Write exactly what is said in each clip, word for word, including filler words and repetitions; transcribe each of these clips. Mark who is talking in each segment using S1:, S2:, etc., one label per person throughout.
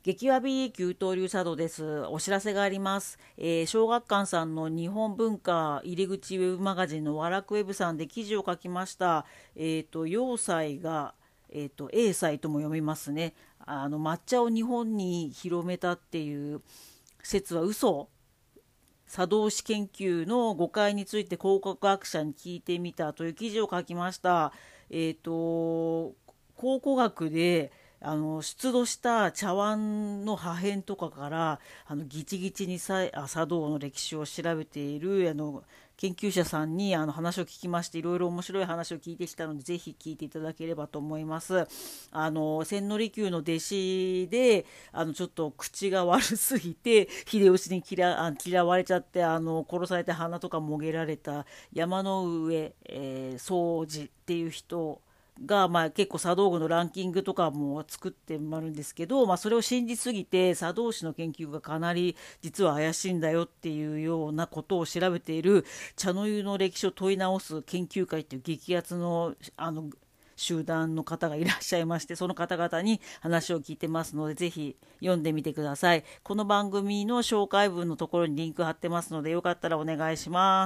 S1: 激わび急騰流茶道です。お知らせがあります。えー、小学館さんの日本文化入り口ウェブマガジンのワラクウェブさんで記事を書きました。えっ、と、要塞が、えっ、と、英才とも読みますね。あの、抹茶を日本に広めたっていう説は嘘。茶道史研究の誤解について考古学者に聞いてみたという記事を書きました。えっ、と、考古学であの出土した茶碗の破片とかからあのギチギチにさあ茶道の歴史を調べているあの研究者さんにあの話を聞きまして、いろいろ面白い話を聞いてきたのでぜひ聞いていただければと思います。あの千利休の弟子であのちょっと口が悪すぎて秀吉に嫌あ嫌われちゃってあの殺されて鼻とかもげられた山の上、えー、宗治っていう人が、まあ、結構茶道具のランキングとかも作ってもあるんですけど、まあ、それを信じすぎて茶道史の研究がかなり実は怪しいんだよっていうようなことを調べている茶の湯の歴史を問い直す研究会っていう激アツのあの集団の方がいらっしゃいまして、その方々に話を聞いてますのでぜひ読んでみてください。この番組の紹介文のところにリンク貼ってますのでよかったらお願いします。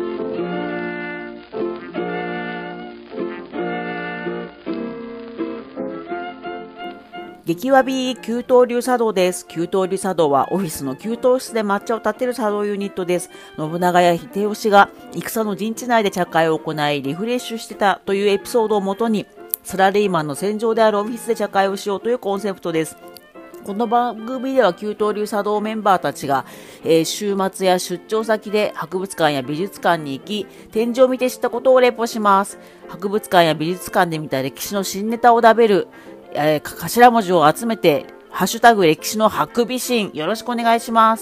S1: 激わび給湯流茶道です。給湯流茶道はオフィスの給湯室で抹茶を立てる茶道ユニットです。信長や秀吉が戦の陣地内で茶会を行いリフレッシュしてたというエピソードをもとにサラリーマンの戦場であるオフィスで茶会をしようというコンセプトです。この番組では給湯流茶道メンバーたちが、えー、週末や出張先で博物館や美術館に行き展示を見て知ったことをレポします。博物館や美術館で見た歴史の新ネタを食べるえー、頭文字を集めてハッシュタグ歴史のハクビシンよろしくお願いします。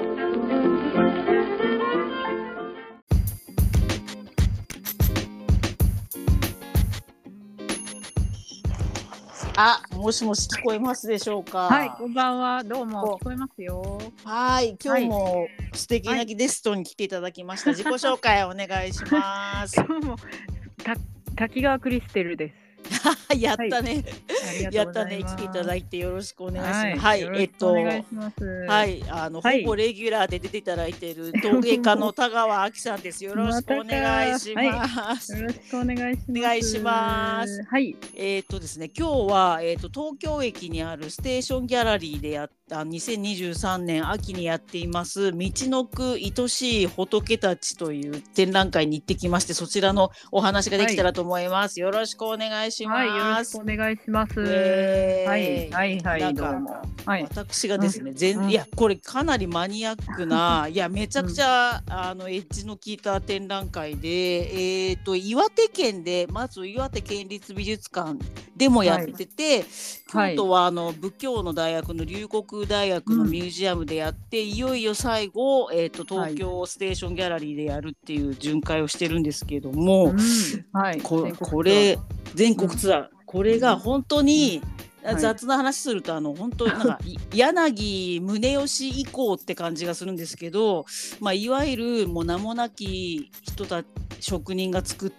S1: あ、もしもし聞こえますでしょうか。
S2: はい、こんばんは。どうも聞こえますよ。
S1: はい、今日も素敵なゲストに来ていただきました。はい、自己紹介お願いします。
S2: 今日もた滝川クリステルです。
S1: やったね、はい、やったね、来ていただいてよろしくお願いします。はい、はい、えっとはい、あの、はい、ほぼレギュラーで出ていただいている陶芸家の田川亜希さんです。よろしくお願いします。
S2: はい、よろしくお願いします。
S1: お願いします。はい、えー、っとですね、今日はえー、っと東京駅にあるステーションギャラリーでやったにせんにじゅうさんねん秋にやっています道のく愛しい仏たちという展覧会に行ってきまして、そちらのお話ができたらと思います。はい、よろしくお願いします。
S2: はい、よろしくお願いします。えー、はいはいはい、どうも。はい、
S1: 私がですね、全、うん、いやこれかなりマニアックないやめちゃくちゃ、うん、あのエッジの効いた展覧会で、えー、と岩手県でまず岩手県立美術館でもやってて、はい、京都はあの仏教の大学の龍谷大学のミュージアムでやって、うん、いよいよ最後、えー、と東京ステーションギャラリーでやるっていう巡回をしてるんですけども、うん、はい、こ, これ全国ツアー、うん、これが本当に、うん、雑な話すると、はい、あの本当なんか柳宗悦以降って感じがするんですけど、まあ、いわゆるもう名もなき人た職人が作った、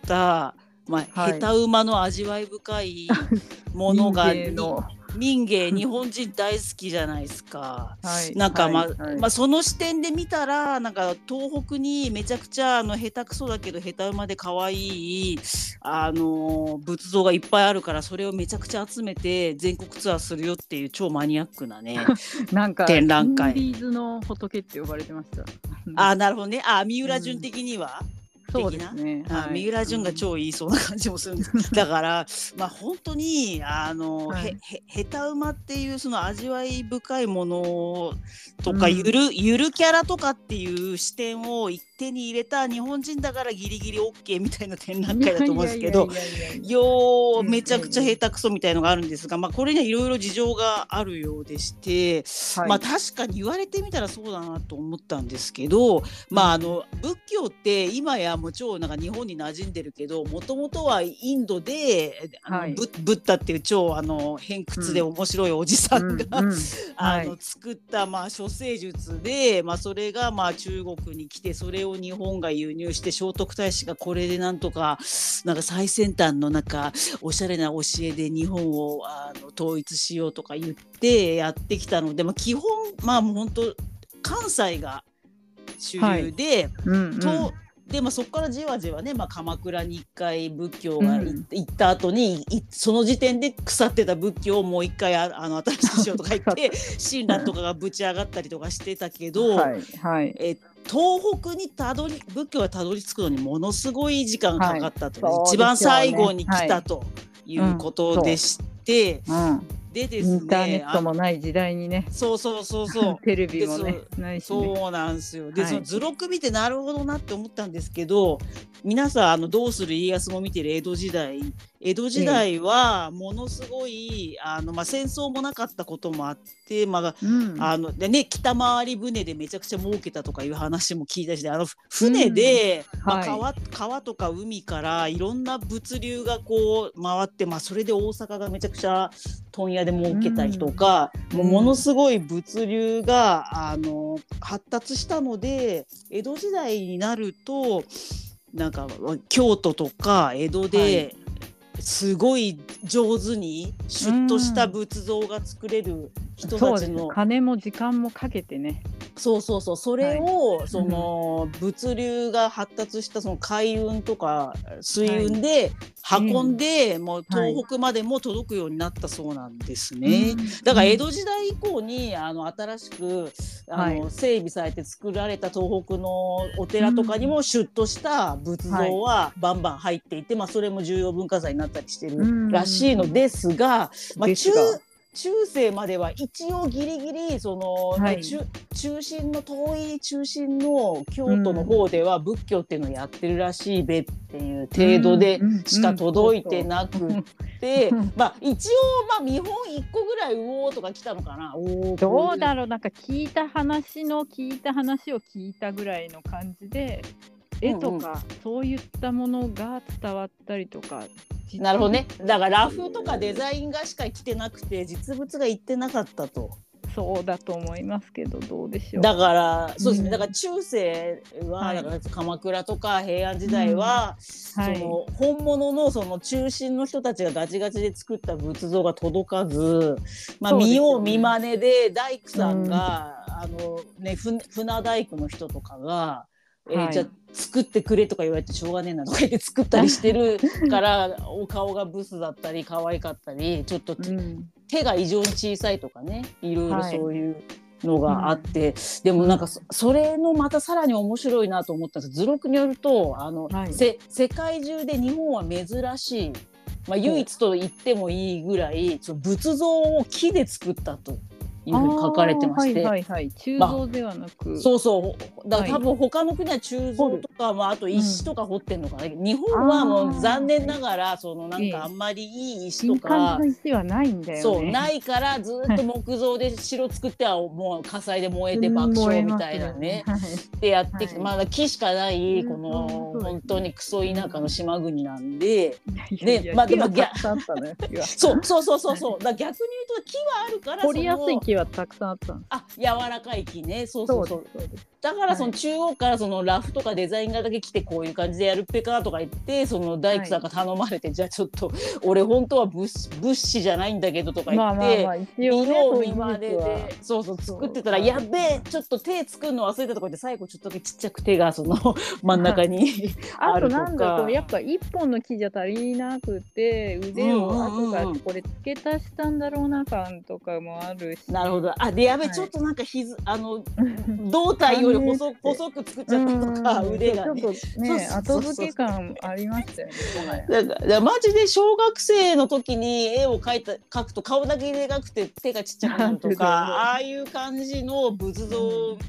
S1: まあ、はい、下手馬の味わい深いものが民芸日本人大好きじゃないですか。はい、なんかまあ、はいはい、まあその視点で見たらなんか東北にめちゃくちゃあの下手くそだけど下手馬で可愛いあの仏像がいっぱいあるから、それをめちゃくちゃ集めて全国ツアーするよっていう超マニアックなね
S2: なんか
S1: 展覧会。
S2: インディーズの仏って呼ばれてました。
S1: あ、なるほどね。あ、三浦淳的には、うん
S2: そうですね、
S1: はい、三浦淳が超言いそうな感じもするんです、うん、だからまあ本当にあの、はい、へへ下手馬っていうその味わい深いものとか、うん、ゆるゆるキャラとかっていう視点を一手に入れた日本人だからギリギリ OK みたいな展覧会だと思うんですけど、よーめちゃくちゃ下手くそみたいのがあるんですが、まあ、これにはいろいろ事情があるようでして、はい、まあ確かに言われてみたらそうだなと思ったんですけど、まああの仏教って今やもう超なんか日本に馴染んでるけど、もともとはインドであの、
S2: はい、
S1: ブ, ブッダっていう超あの偏屈で面白いおじさんが、うんうんうん、あの作った、まあ、処世術で、まあ、それがまあ中国に来て、それを日本が輸入して、聖徳太子がこれでなんとかなんか最先端のなんかおしゃれな教えで日本をあの統一しようとか言ってやってきたので、まあ、基本まあもう本当関西が主流で、はいうんうん、とでまあ、そこからじわじわね、まあ、鎌倉に一回仏教が行、うん、った後にその時点で腐ってた仏教をもう一回ああの新しいしようとか言って親鸞とかがぶち上がったりとかしてたけど、はいはいえ東北にたどり仏教がたどり着くのにものすごい時間かかったと、はいね、一番最後に来たということでして、はいうん
S2: でですね、インターネットもない時代にね、
S1: そうそうそうそう
S2: テレビもねないしね、
S1: そうなんですよ。で、はい、その図録見てなるほどなって思ったんですけど、皆さんあのどうする家康も見てる江戸時代、江戸時代はものすごい、えー、あのまあ戦争もなかったこともあって、まあ、うん、あのでね北回り船でめちゃくちゃ儲けたとかいう話も聞いたし、あの船で、うんまあ、川、はい、川とか海からいろんな物流がこう回って、まあそれで大阪がめちゃくちゃ問屋で儲けたりとか、うん、もうものすごい物流があの発達したので、江戸時代になるとなんか京都とか江戸ですごい上手にシュッとした仏像が作れる人たちの、
S2: うん、金も時間もかけてね、
S1: そうそうそう、それを、はい、その物流が発達したその海運とか水運で運んで、はい、もう東北までも届くようになったそうなんですね、はい、だから江戸時代以降にあの新しくあの、はい、整備されて作られた東北のお寺とかにもシュッとした仏像はバンバン入っていて、まあ、それも重要文化財になったりしてるらしいのですが、まあ、中中世までは一応ギリギリその、はい、中, 中心の遠い中心の京都の方では仏教っていうのをやってるらしいべっていう程度でしか届いてなくて、うんうんうん、まあ一応まあ見本いっこぐらいうおーとか来たのかな。お
S2: どうだろう、なんか聞いた話の聞いた話を聞いたぐらいの感じで絵とか、うんうん、そういったものが伝わったりとか。
S1: なるほどね。だからラフとかデザイン画しか来てなくて実物が行ってなかったと。
S2: そうだと思いますけど、どうでしょう。
S1: だからそうですね、うん、だから中世は、はい、だから鎌倉とか平安時代は、うんはい、その本物のその中心の人たちがガチガチで作った仏像が届かず、まあ、見よう見まねで大工さんが、うん、あのね、船大工の人とかがえーはい、じゃあ作ってくれとか言われてしょうがねえなとか言って作ったりしてるからお顔がブスだったり可愛かったりちょっと、うん、手が異常に小さいとかね、いろいろそういうのがあって、はい、でもなんか そ, それのまたさらに面白いなと思ったんです。図録によるとあの、はい、せ世界中で日本は珍しい、まあ、唯一と言ってもいいぐらいその仏像を木で作ったというふうに書かれてまして、
S2: はいはいはい、鋳造ではなく、
S1: まあ、そうそうだから多分他の国は鋳造とか、まあ、あと石とか掘ってんのかな、うん、日本はもう残念ながらそのなんかあんまりいい石とか、
S2: いい感じの石はないんだよね。
S1: そうないからずっと木造で城作ってはもう火災で燃えて爆笑みたいなね、うん、ってやってきて、はい、まだ木しかないこの、うん、本当にクソ田舎の島国なんで、
S2: でまあでも逆
S1: そうそうそうそうそうだ逆に言うと木はあるから
S2: 掘りやすい木はたくさんあったんです。
S1: あ、柔らかい木ね。そうそうそう。そうですだからその中央からそのラフとかデザイン画だけ来てこういう感じでやるっぺかとか言ってその大工さんが頼まれて、はい、じゃあちょっと俺本当は物物資じゃないんだけどとか言って見よう見まねでそうそう作ってたらやべえちょっと手作るの忘れたとか言って最後ちょっとだけちっちゃく手がその真ん中にあるとか。
S2: あとなんだろうやっぱ一本の木じゃ足りなくて腕を後からこれ付け足したんだろうな感とかもあるし。
S1: なるほど。あでやべえ、はい、ちょっとなんかひずあの胴体より細細く作っちゃったとか腕がね。
S2: ちょっとね後付け感ありましたよね。
S1: だからだからマジで小学生の時に絵を描いた描くと顔だけで描くて手がちっちゃくなるとかああいう感じの仏像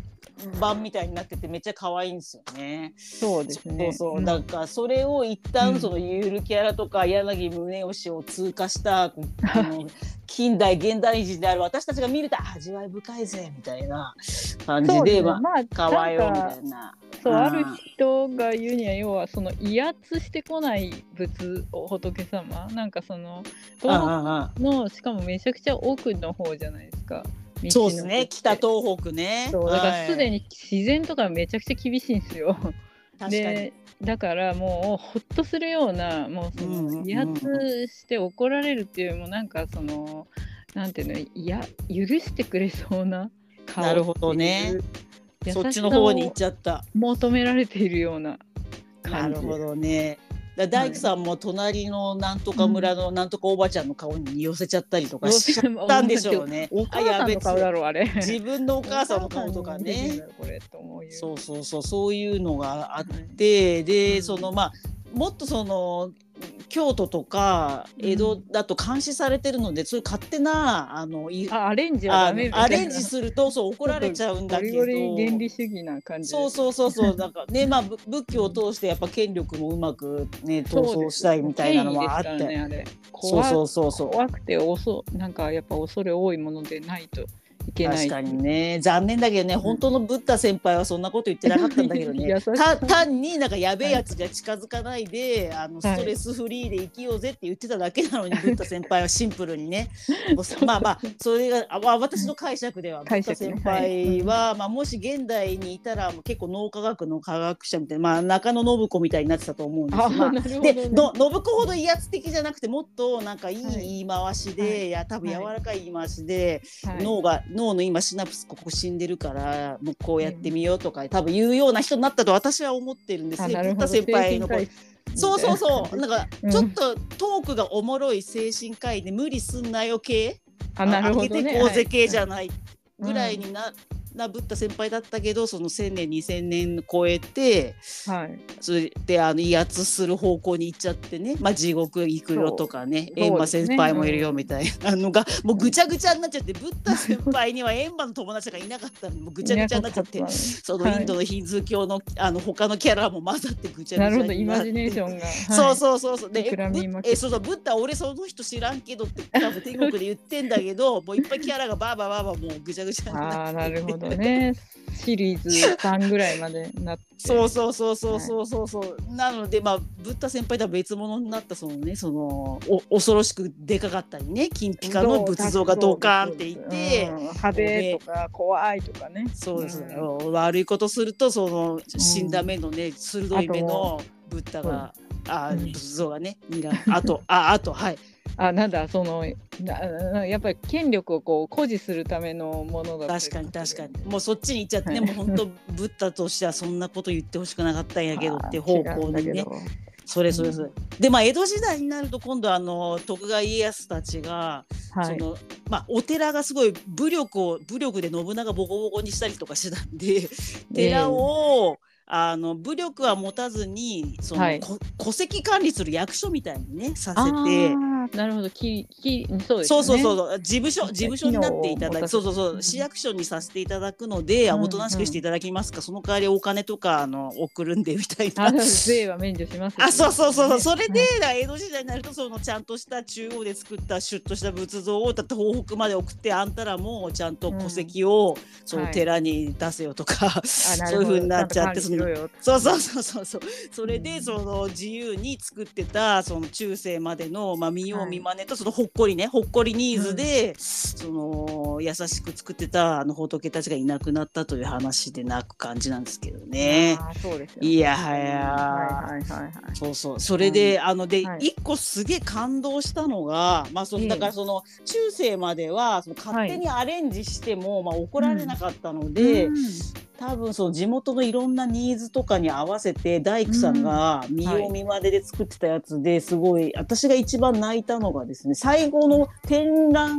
S1: 版みたいになっててめっちゃ可愛いんですよね。
S2: そうですね。
S1: そうそう、だからそれを一旦そのゆるキャラとか柳宗悦を通過したあの近代現代人である私たちが見ると味わい深いぜみたいな感じで、
S2: ね、
S1: まあ、
S2: まあ、
S1: 可愛いよみたいな。
S2: そう、ある人が言うには要はその威圧してこない仏仏様なんかその東北のしかもめちゃくちゃ奥の方じゃないですか。
S1: そうですね、北東北ね。
S2: そうだからすでに自然とかめちゃくちゃ厳しいんですよ。
S1: 確かに。
S2: でだからもうほっとするようなもうその威圧して怒られるっていうよりもなんかそのなんていうのいや許してくれそうな顔。
S1: なるほどね。そっちの方に行っちゃった。
S2: 求められているような感じ。
S1: なるほどね。だ大工さんも隣のなんとか村のなんとかおばちゃんの顔に寄せちゃったりとかしちゃったんでしょうね。
S2: お母さんの顔だろあれ。
S1: 自分のお母さんの顔とかね。
S2: これと思うよ。
S1: そうそうそうそういうのがあって、はい、で、うん、そのまあもっとその京都とか江戸だと監視されてるので、うん、そういう勝手なあの
S2: あアレンジはダメみたいな。
S1: アレンジするとそう怒られちゃうんだけど、
S2: ゴリゴリ原理主義な感じ。
S1: そうそうそうそうなんかねまあ仏教を通してやっぱ権力もうまくね闘争したいみたいなのもあって、ね、あれ
S2: 怖そうそうそう怖くておそなんかやっぱ恐れ多いものでないと。いけない。
S1: 確かにね残念だけどね、うん、本当のブッダ先輩はそんなこと言ってなかったんだけどねた単になんかやべえやつが近づかないで、はい、あのストレスフリーで生きようぜって言ってただけなのに、はい、ブッダ先輩はシンプルにねまあまあそれがあ私の解釈では、ブッダ先輩は、はいまあ、もし現代にいたら結構脳科学の科学者みたいな、まあ、中野信子みたいになってたと思うんですよ、まあ、での信子ほど威圧的じゃなくてもっとなんかいい言い回しで、はい、いや多分柔らかい言い回しで、はい、脳が脳の今シナプスここ死んでるからもうこうやってみようとか、うん、多分言うような人になったと私は思ってるんですね。ブッダ先輩のそうそうそうなんかちょっとトークがおもろい精神科医で無理すんなよ系、
S2: あなるほどね、
S1: 上げてこうぜ系じゃないぐらいにな、うんなブッダ先輩だったけどそのせんねんにせんねん超えて、はい、それであの威圧する方向に行っちゃってね、まあ、地獄行くよとかね閻魔先輩もいるよみたいなのが、うん、もうぐちゃぐちゃになっちゃってブッダ先輩には閻魔の友達がいなかったのもうぐちゃぐちゃになっちゃってそのインドのヒンズー教の、はい、あの他のキャラも混ざってぐちゃぐちゃになってなるほどイマジネーションが、はい、そうそうそうそうでえそうそうブッダ俺その人知らんけどって多分天国で言ってんだけどもういっぱいキャラがバーバーバーバーもうぐちゃぐちゃになって
S2: あなるほどねシリーズさんぐらいまでなって
S1: そうそうそうそうそうそうそう、はい、なのでまあブッダ先輩とは別物になったそのねそのお恐ろしくでかかったりね金ピカの仏像がドカーンっていて、
S2: うん、派手とか怖いとかね
S1: そうです、うん、悪いことするとその死んだ目のね、うん、鋭い目のブッダが、うん、あ仏像がねあとああとはい
S2: あなんだそのなやっぱり権力をこう誇示するためのものだった
S1: 確かに確かにもうそっちに行っちゃってねもう本当ブッダとしてはそんなこと言ってほしくなかったんやけどって方向にねそれそれそれ、うん、でまあ江戸時代になると今度あの徳川家康たちが、はい、そのまあお寺がすごい武力を武力で信長ボコボコにしたりとかしてたんで寺を、えーあの武力は持たずにその、はい、戸籍管理する役所みたいにねさせて
S2: なるほどききそうですね
S1: そうそうそう事務所事務所になっていただきそうそうそう、うん、市役所にさせていただくので、うん、おとなしくしていただきますか、うん、その代わりお金とかあの送るんでみたいな
S2: 税は免除します、ね、
S1: あそうそうそうそうそれで、うん、江戸時代になるとそのちゃんとした中央で作ったシュッとした仏像をだって東北まで送ってあんたらもちゃんと戸籍を、うん、その寺に出せよとか、はい、そういう風になっちゃってそのそうそうそうそうそうそれでその自由に作ってたその中世までの、まあ、見よう見まねとそのほっこりねほっこりニーズで、うん、その優しく作ってたあの仏たちがいなくなったという話で泣く感じなんですけどね。
S2: あそうですよ
S1: いやはや、はいはいはいはい、そうそうそれで、うん、あので、はい、一個すげえ感動したのが、まあ、そのだからその中世まではその勝手にアレンジしても、はいまあ、怒られなかったので、うんうん多分その地元のいろんなニーズとかに合わせて大工さんが見よう見まねで作ってたやつですごい私が一番泣いたのがですね最後の展覧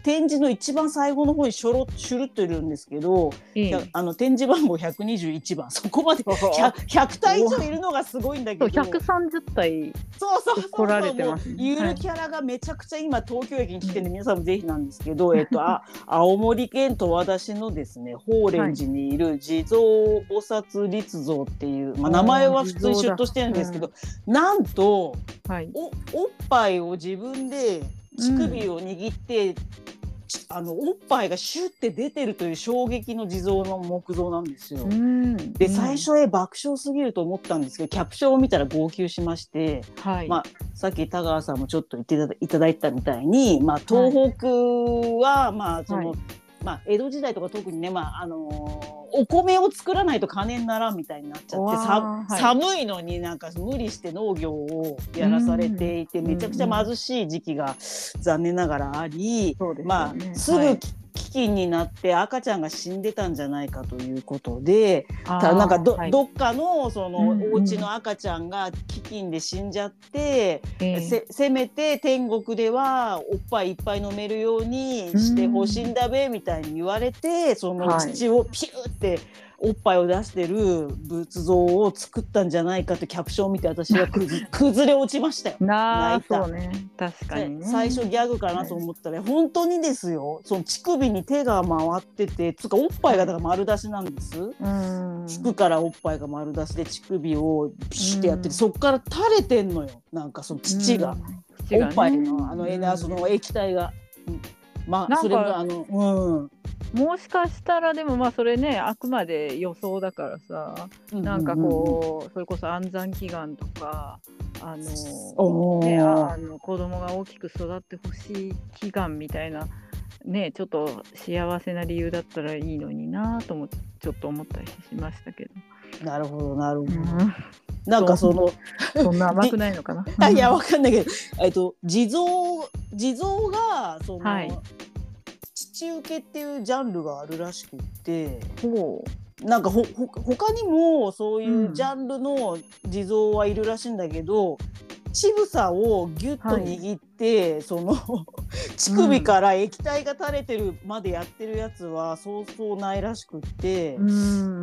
S3: 展示の一番最後の方にしょろシュルッといるんですけど、
S2: ええ、
S3: あの展示番号ひゃくにじゅういちばん、そこまで ひゃく, ひゃく体以上いるのがすごいんだけど、
S2: ひゃくさんじゅう体
S3: そうそうそうそう、
S2: 来られてますね。
S3: もうゆるキャラがめちゃくちゃ今東京駅に来てるんで、皆さんもぜひなんですけど、えっと、あ青森県十和田市のですね法蓮寺にいる地蔵菩薩立像っていう、まあ、名前は普通にシュッとしてるんですけど、うん、なんと、はい、お, おっぱいを自分で乳首を握って、うん、あのおっぱいがシュッて出てるという衝撃の地蔵の木像なんですよ。うん、で最初へ爆笑すぎると思ったんですけど、キャプションを見たら号泣しまして、はい、まあ、さっき田川さんもちょっと言っていただいたみたいに、まあ、東北は、はい、まあその、はい、まあ、江戸時代とか特にね、まああのー、お米を作らないと金にならんみたいになっちゃって、さ、はい、寒いのになんか無理して農業をやらされていて、めちゃくちゃ貧しい時期が残念ながらあり、うんうん、まあ、すぐ、はい、飢饉になって赤ちゃんが死んでたんじゃないかということで、たなんか ど,、はい、どっかのそのお家の赤ちゃんが飢饉で死んじゃって、うんうん、せ, せめて天国ではおっぱいいっぱい飲めるようにしてほしいんだべみたいに言われて、その父をピューっておっぱいを出してる仏像を作ったんじゃないかってキャプションを見て、私は崩れ落ちましたよ。
S2: な泣いた。そうね、確かにね。
S3: 最初ギャグかなと思ったら、はい、本当にですよ、その乳首に手が回ってて、つかおっぱいがだから丸出しなんです。うん、服からおっぱいが丸出しで乳首をピシッてやってて、そっから垂れてんのよ、なんかその乳が、うん、おっぱいのあの、うん、その液体が、うん、まあそれがあのうん
S2: もしかしたらでもまあそれね、あくまで予想だからさ、うんうんうん、なんかこうそれこそ安産祈願とかあの、ね、ああの子供が大きく育ってほしい祈願みたいなね、ちょっと幸せな理由だったらいいのになともちょっと思ったりしましたけど。
S3: なるほどなるほど、うん、なんかその
S2: そんな甘くないのかな。
S3: いやわかんないけど、えっと地蔵地蔵がその、はい、父受けっていうジャンルがあるらしくって、ほうなんかほほ他にもそういうジャンルの地蔵はいるらしいんだけど、うん、乳房をギュッと握って、はい、その乳首から液体が垂れてるまでやってるやつはそうそうないらしくって、うん、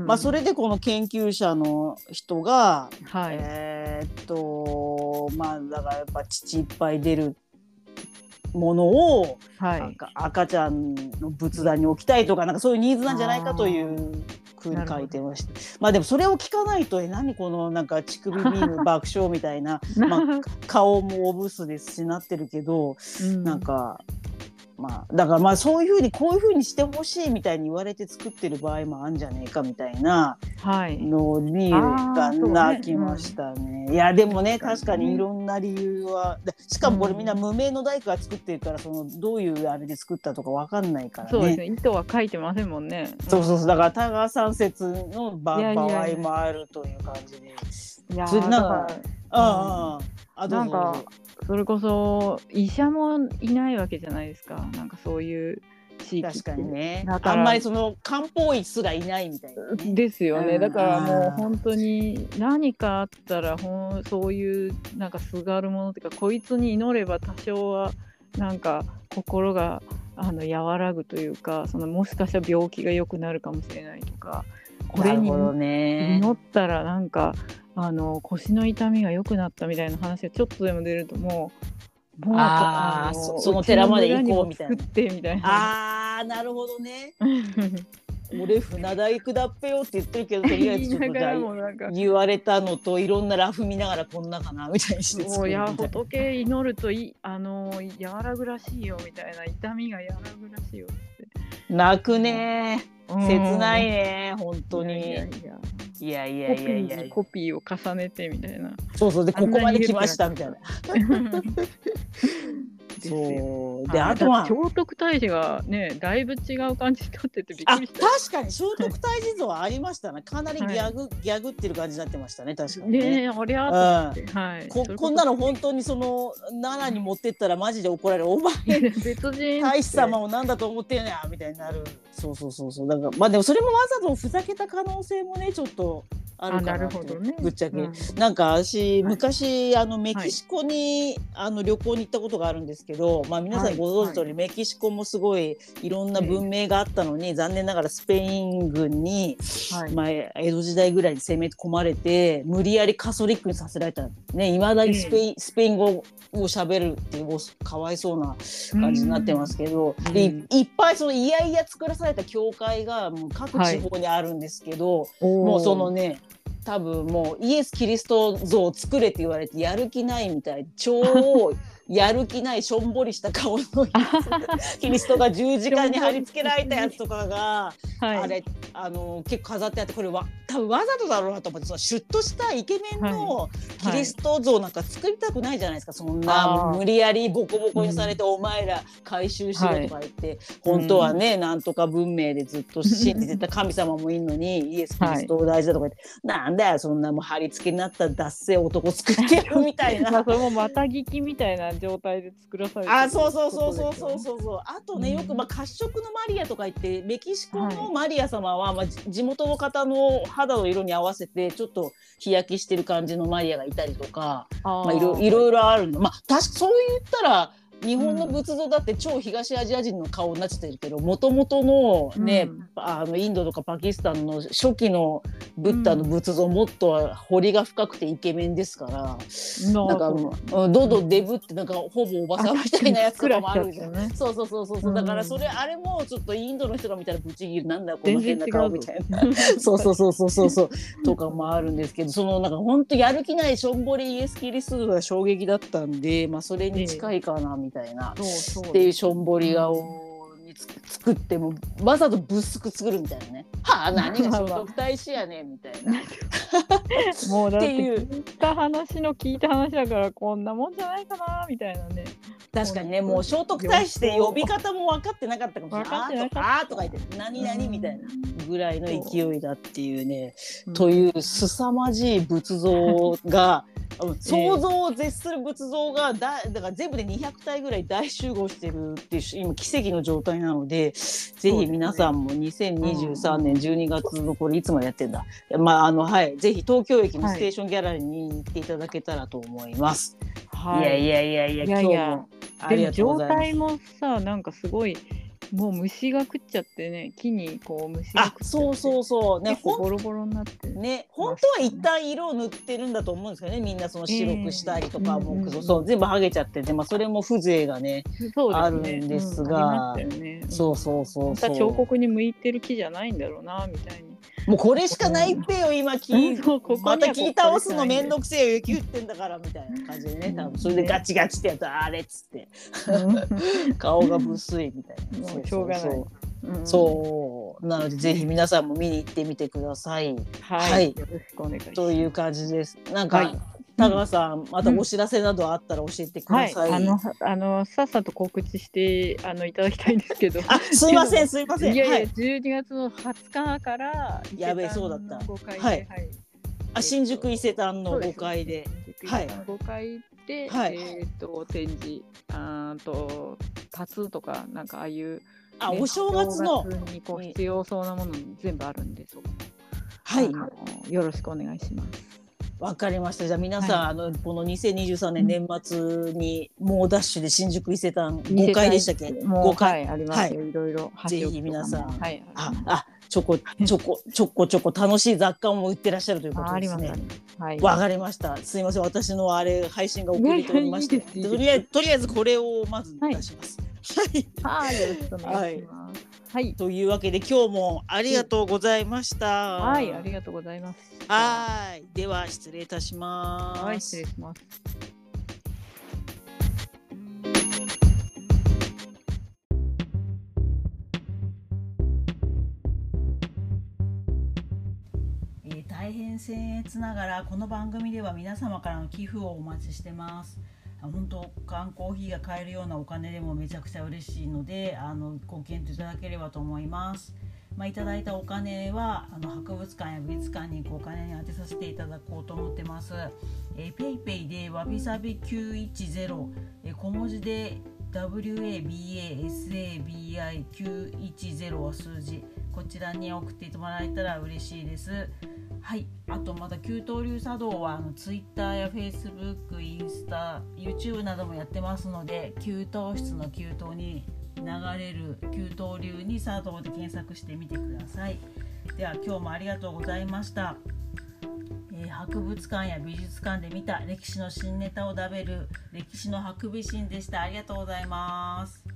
S3: まあ、それでこの研究者の人が、はい、えー、っとまあだからやっぱ乳いっぱい出るものを、はい、なんか赤ちゃんの仏壇に置きたいとか、なんかそういうニーズなんじゃないかというふうに書いてました。まあでもそれを聞かないと、え何このなんか乳首ビーム爆笑みたいな、まあ、顔もオブスですしなってるけど、うん、なんかまあだからまあそういうふうにこういうふうにしてほしいみたいに言われて作ってる場合もあるんじゃねえかみたいなのにが泣きましたね。いやでもね、確かにいろんな理由は、しかもこれみんな無名の大工が作ってるから、そのどういうあれで作ったとかわかんないからね。
S2: そうですね、意図は書いてませんもんね。
S3: そうそうそう、だから田川さん説の場合もあるという感じで。
S2: いやー、だからああなんかそれこそ医者もいないわけじゃないですか、なんかそういう地域って。
S3: 確かにね、あんまりその漢方医すらいないみたいな、ね、
S2: ですよね、うん、だからもう本当に何かあったらほんそういうなんかすがるものっていうか、こいつに祈れば多少はなんか心があの和らぐというか、そのもしかしたら病気が良くなるかもしれないとか、これに祈ったらなんかあの腰の痛みが良くなったみたいな話がちょっとでも出ると、もうもう
S3: ああその寺まで行こうみたいな。
S2: 作ってみたいな。
S3: ああなるほどね。俺船大工だっぺよって言ってるけど、とりあえずちょっと言われたのといろんなラフ見ながらこんなかなみたいにして
S2: 作るみたいな。もういや仏祈るといあの和らぐらしいよみたいな、痛みが和らぐらしいよって
S3: 泣くねー、切ないね本当に。いやいやいやいやいやいや、
S2: コピーを重ねてみたいな。
S3: そうそう、でここまで来ましたみたいな。そうで、あとは
S2: 聖徳太子がねだいぶ違う感じになっててびっくりした。
S3: 確かに聖徳太子像はありましたね。かなりギャグ、はい、ギャグってる感じになってましたね、確かにね。
S2: ねえ、ありゃーと思って、うん、はい、
S3: こ, こんなの本当にその奈良に持ってったらマジで怒られる。お前
S2: 別人
S3: 太子様をなんだと思ってんねやみたいになる。そうそうそうそう、だからまあでもそれもわざとふざけた可能性もねちょっとあるかなって、
S2: あ、なるほどね、
S3: ぶっちゃけ、
S2: うん、
S3: なんか私、
S2: はい、
S3: 昔あのメキシコに、はい、あの旅行に行ったことがあるんですけど、まあ、皆さんご存知通り、はい、メキシコもすごいいろんな文明があったのに、えー、残念ながらスペイン軍に、はい、まあ、江戸時代ぐらいに攻め込まれて無理やりカトリックにさせられたね。いまだにスペイン、えー、スペイン語を喋るっていうかわいそうな感じになってますけど、うん、でいっぱいそのいやいや作らされた教会がもう各地方にあるんですけど、はい、もうそのね多分もうイエス・キリスト像を作れって言われてやる気ないみたい、超やる気ないしょんぼりした顔のキリストが十字架に貼り付けられたやつとかが、はい、あれあの結構飾ってあって、これは多分わざとだろうなと思って、そのシュッとしたイケメンのキリスト像なんか作りたくないじゃないですか、そんな無理やりボコボコにされて、うん、お前ら回収しろとか言って、はい、本当はね、うん、なんとか文明でずっと信じてた神様もいるのにイエス・キリストを大事だとか言って、はい、なんだよそんなもう貼り付けになったダッセ男作ってやるみたいな
S2: まあそれもまた聞きみたいな状態で作らされてる、
S3: あ、そうそうそうそうそうそうそう。あとね、よくまあ褐色のマリアとか言って、メキシコのマリア様は、まあ地元の方の肌の色に合わせてちょっと日焼けしてる感じのマリアがいたりとか、あ、まあいろいろいろあるの。まあ確かそう言ったら。日本の仏像だって超東アジア人の顔になっちゃってるけど、もともとのね、うん、あのインドとかパキスタンの初期のブッダの仏像、うん、もっと彫りが深くてイケメンですから、うん、なんかどんどんデブってなんかほぼおばさんみたいなやつとかもあるじゃん、ね、そうそうそうそう、うん、だからそれあれもちょっとインドの人が見たらブチギレ、なんだよこの変な顔みたいなそうそうそうそうそうそうとかもあるんですけど、そのなんか本当やる気ないしょんぼりイエス・キリストが衝撃だったんで、まあそれに近いかなみたいな、みたいな、そうそうっていうしょんぼり顔につ作ってもわざとブスく作るみたいなね。はあ、何が聖徳太子やねんみたいな
S2: もうだって聞いた話の聞いた話だからこんなもんじゃないかなみたいなね。
S3: 確かにね、もう聖徳太子って呼び方も分かってなかったかもしれない。あーとか言って何々みたいなぐらいの勢いだっていうね、うん、という凄まじい仏像が想像を絶する仏像がだだから全部でにひゃくたいぐらい大集合してるっていう今奇跡の状態なので、ぜひ皆さんもにせんにじゅうさんねんじゅうにがつのこれいつまでやってんだ、まああのはい、ぜひ東京駅のステーションギャラリーに行っていただけたらと思います。はい、いやいやいやいや、今日もありがとうございます。
S2: でも状態もさ、なんかすごいもう虫が食っちゃってね、木にこう虫が食っちゃって、あ、
S3: そうそうそうね、
S2: ボロボロになって
S3: ね、本当は一旦色を塗ってるんだと思うんですけどね、みんなその白くしたりとかも、えー、そうそう全部剥げちゃってて、まあそれも風情がね、そうですね、あるんですが、うんね、そうそうそうそう、
S2: 彫刻に向いてる木じゃないんだろうなみたいに。
S3: もうこれしかないってよ今聞いここまた聞い倒すのめんどくせえよ雪降ってんだからみたいな感じでね、多分それでガチガチってやったらあれっつって顔がぶっすいみたいな、
S2: もうしょうがない。
S3: うん、そうなのでぜひ皆さんも見に行ってみてください。
S2: はい、はい、よろしくお願いします。
S3: という感じです。なんか、はい、田川さん、またお知らせなどあったら教えてください。
S2: はい、あのあのさっさと告知してあのいただきたいんですけど。
S3: あ、すいませんすいません。
S2: いやいや、はい、じゅうにがつのはつかから
S3: やべえそうだった。
S2: ごかいで、
S3: はい、はい、あ、新宿伊勢丹のごかいで、
S2: はい、ごかいで、はい、えっ、ー、と展示、あとタツとかなんかああいう
S3: あ、お正月の
S2: にこう必要そうなもの全部あるんで、そこ、
S3: はい、
S2: よろしくお願いします。
S3: わかりました。じゃあ皆さん、はい、あのこのにせんにじゅうさんねん年末にもうダッシュで新宿伊勢丹ごかいでしたっけ？ごかい、
S2: はい、ありますよ、はい、いろいろ。
S3: ぜひ皆さん、はい、ああちょこちょこちょこちょこ楽しい雑貨も売ってらっしゃるということですね。はい、わかりました。すいません、私のあれ配信が遅れておりまして、とりあえずとりあえずこれをまず出します。
S2: はい、よろしくお願いします。はい、
S3: というわけで今日もありがとうございました。
S2: はい、ありがとうございます。
S3: はい、では失礼いたします。
S2: はい、失礼します。
S1: えー、大変僭越ながらこの番組では皆様からの寄付をお待ちしてます。本当缶コーヒーが買えるようなお金でもめちゃくちゃ嬉しいので、あのご検討いただければと思います。まあ、いただいたお金はあの博物館や美術館にお金に充てさせていただこうと思ってます。えー、ペイペイでわびさびきゅういちゼロ、えー、小文字でダブリューエービーエーエスエービーアイきゅういちゼロ は数字、こちらに送ってもらえたら嬉しいです。はい、あとまた給湯流茶道はあの Twitter や Facebook、インスタ、YouTube などもやってますので、給湯室の給湯に流れる給湯流に茶道で検索してみてください。では今日もありがとうございました。えー、博物館や美術館で見た歴史の新ネタを食べる歴史のハクビシンでした。ありがとうございます。